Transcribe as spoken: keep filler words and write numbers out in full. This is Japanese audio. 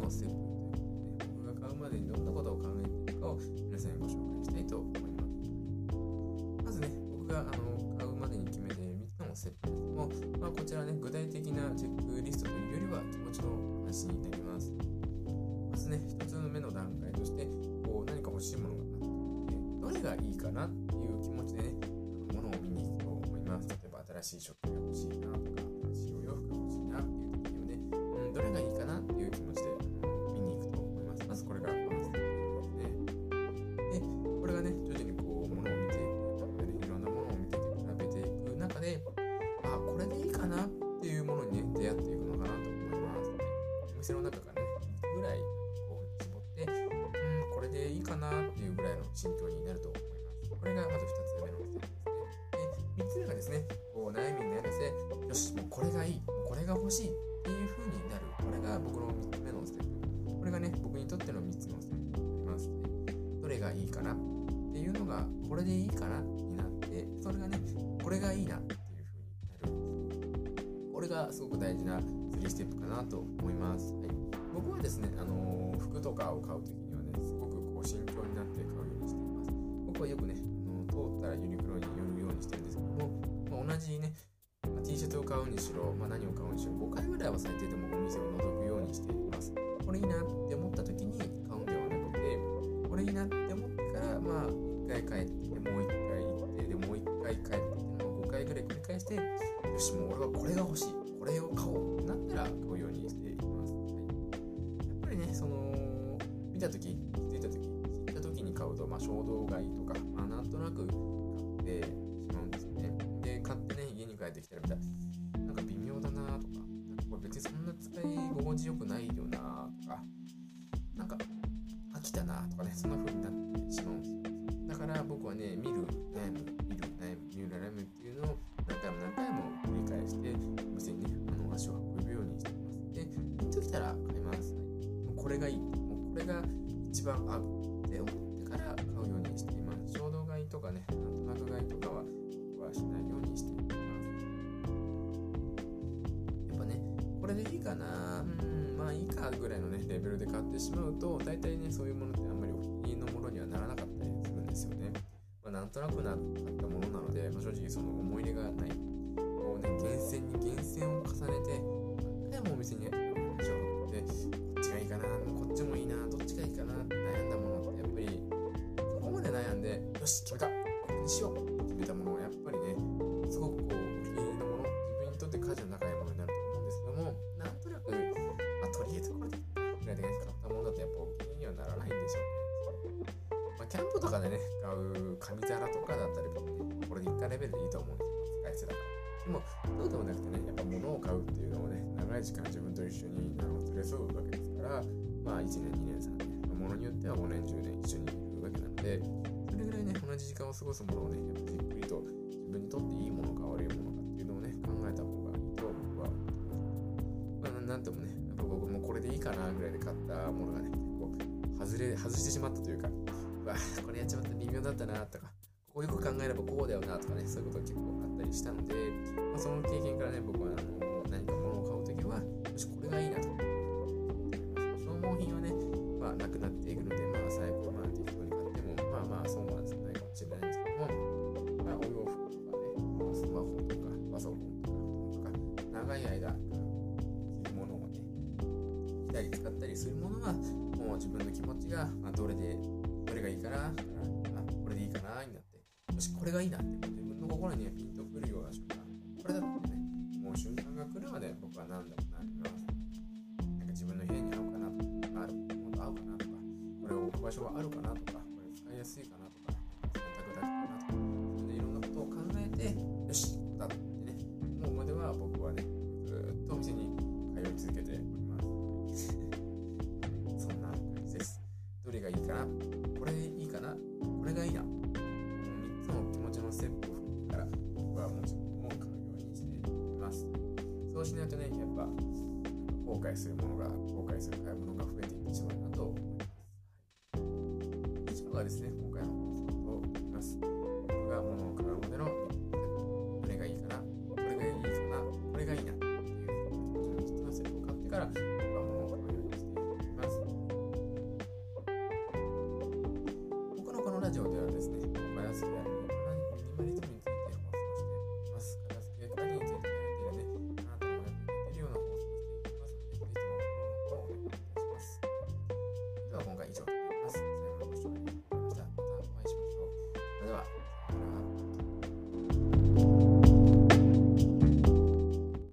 のステップということでね、僕が買うまでにどんなことを考えているかを皆さんにご紹介したいと思います。まずね、僕があの買うまでに決めているみっつのステップですけども、まあ、こちらね、具体的なチェックリストというよりは気持ちの話になります。まずね、一つ目の段階として、こう何か欲しいものがあって、どれがいいかなっていう気持ちでね、物を見に行くと思います。例えば新しい食器が欲しいなとか、新しいお洋服が欲しいなっていう時にはね、うん、どれがいいかなっていう気持ちで見に行くと思います。まずこれがまずですね。で、これがね、徐々にこう物を見ていく、いろんなものを見て比べていく中で、あ、これでいいかなっていうものにね、出会っていくのかなと思います。お店の中からね、いつぐらいこう絞って、うん、これでいいかなっていうぐらいの心境になると思います。これがまずふたつめのステップですね。で、みっつめがですね、こう悩みに悩ませ、よし、もうこれがいい、もうこれが欲しいっていう風になる。これが僕のみっつめのステップ。これがね、僕にとってのみっつのステップになりますね。どれがいいかなっていうのが、これでいいかなになって、それがね、これがいいなっていう風になる。これがすごく大事なスリーステップかなと思います。はい、僕はですね、あのー、服とかを買うときにはね、すごくこう慎重になって買うようにしています。僕はよくね、あのー、通ったらユニクロに寄るようにしてるんですけども、まあ、同じね、まあ、T シャツを買うにしろ、まあ、何を買うにしろ、ごかいぐらいは最低でもお店を覗くようにしています。これいいなって思ったときに買うんではなくて、これいいなって思ってから、まあ、いっかい帰ってきて、もういっかい行って、でもういっかい帰ってきて、ごかいぐらい繰り返して、よし、もう俺はこれが欲しい。これを買おうってなったら買うようにしています。はい、やっぱりね、その見たとき、気づいたとき、知ったときに買うと、まあ、衝動買いとか、まあ、なんとなく買ってしまうんですよね。で、買ってね、家に帰ってきたら見たら、なんか微妙だなとか、なんかこれ別にそんな使い心地よくないよなとか、なんか飽きたなとかね、そんな風になってしまうんですよ。だから僕はね、見る、悩む、見る、悩む、見る、悩むっていうのを何回も何回も繰り返して、お店にね、あの足を運ぶようにしています。で、ピンときたら買います。もうこれがいい。もうこれが一番合うって思ってから買うようにしています。衝動買いとかね、なんとなく買いとかは僕はしないようにしています。やっぱね、これでいいかな、うん、まあいいかぐらいのね、レベルで買ってしまうと、大体ね、そういうものってあんまりお気に入りのものにはならなかったりするんですよね。まあ、なんとなくなったものなので、まあ、正直その思い入れがない。こうね、厳選に厳選を重ねて、何回もお店に足を運んで、こっちがいいかな、こっちもいいな、どっちがいいかなって悩んだものって、やっぱり、そこまで悩んで、よし、決めた、これにしようって決めたものは、やっぱりね、すごくこう、お気に入りのもの、自分にとって価値の高いものになると思うんですけども、なんとなく、まあ、とりあえずこれでぐらいで買ったものだと、やっぱお気に入りにはならないんでしょうね。まあ、キャンプとかでね、買う紙皿とかだったりとかね、これでいったレベルでいいと思うんですよ、使い捨てだから。でも、そうでもなくてね、やっぱ物を買うっていうのをね、長い時間自分と一緒にあの連れ添うわけですから、まあいちねん、にねん、さんねん、物によってはごねん、じゅうねん一緒にいるわけなので、それぐらいね、同じ時間を過ごすものをね、やっぱじっくりと自分にとっていいものか悪いものかっていうのをね、考えた方がいいと僕は思ってます。まあ、なんともね、やっぱ僕もこれでいいかなぐらいで買ったものがね、結構外れ、外してしまったというか、うわ、これやっちまった微妙だったなとか、ここよく考えればこうだよなとかね、そういうことが結構あったりしたので、まあ、その経験からね、僕はあの何か物を買うときは、よし、これがいいなと。消耗品はね、まあ、なくなっていくので、まあ、最後、まあ、適当に買っても、まあまあ、そうはないかもしれないんですけども、まあ、お洋服とかね、まあ、スマホとか、パソコンとか、とか長い間、着るものをね、着たり使ったりするものは、もう自分の気持ちが、まあ、どれで、どれがいいかな、これでいいかな、になって、よし、これがいいなって、自分の心に、ね、ピンとくるような瞬間、これだってね、もう瞬間が来るまで僕は何だろうなります。なんか自分の部屋に合うかなとか、あるものと合うかなとか、これを置く場所はあるかなとか、これ使いやすいかなとか、洗濯だけかなとか、それでいろんなことを考えて、よし、だってね、思うまでは僕はね、ずっとお店に通い続けております。そんな感じです。どれがいいかな、これいいかな、これがいいな。みっつの気持ちのステップを踏んでから、僕はもう自分を買うようにしています。そうしないとね、やっぱ後悔するものが、後悔する買い物が増えていってしまうなと思います。はい、以上がですね、今回の放送となります。僕が物を買うまでのどれがいいかな、これがいいかな、これがいいなっていう気持ちのみっつのステップを買ってから、僕は物を買うようにしています。 ラジオではですね、動画やスキャンミニマリズムに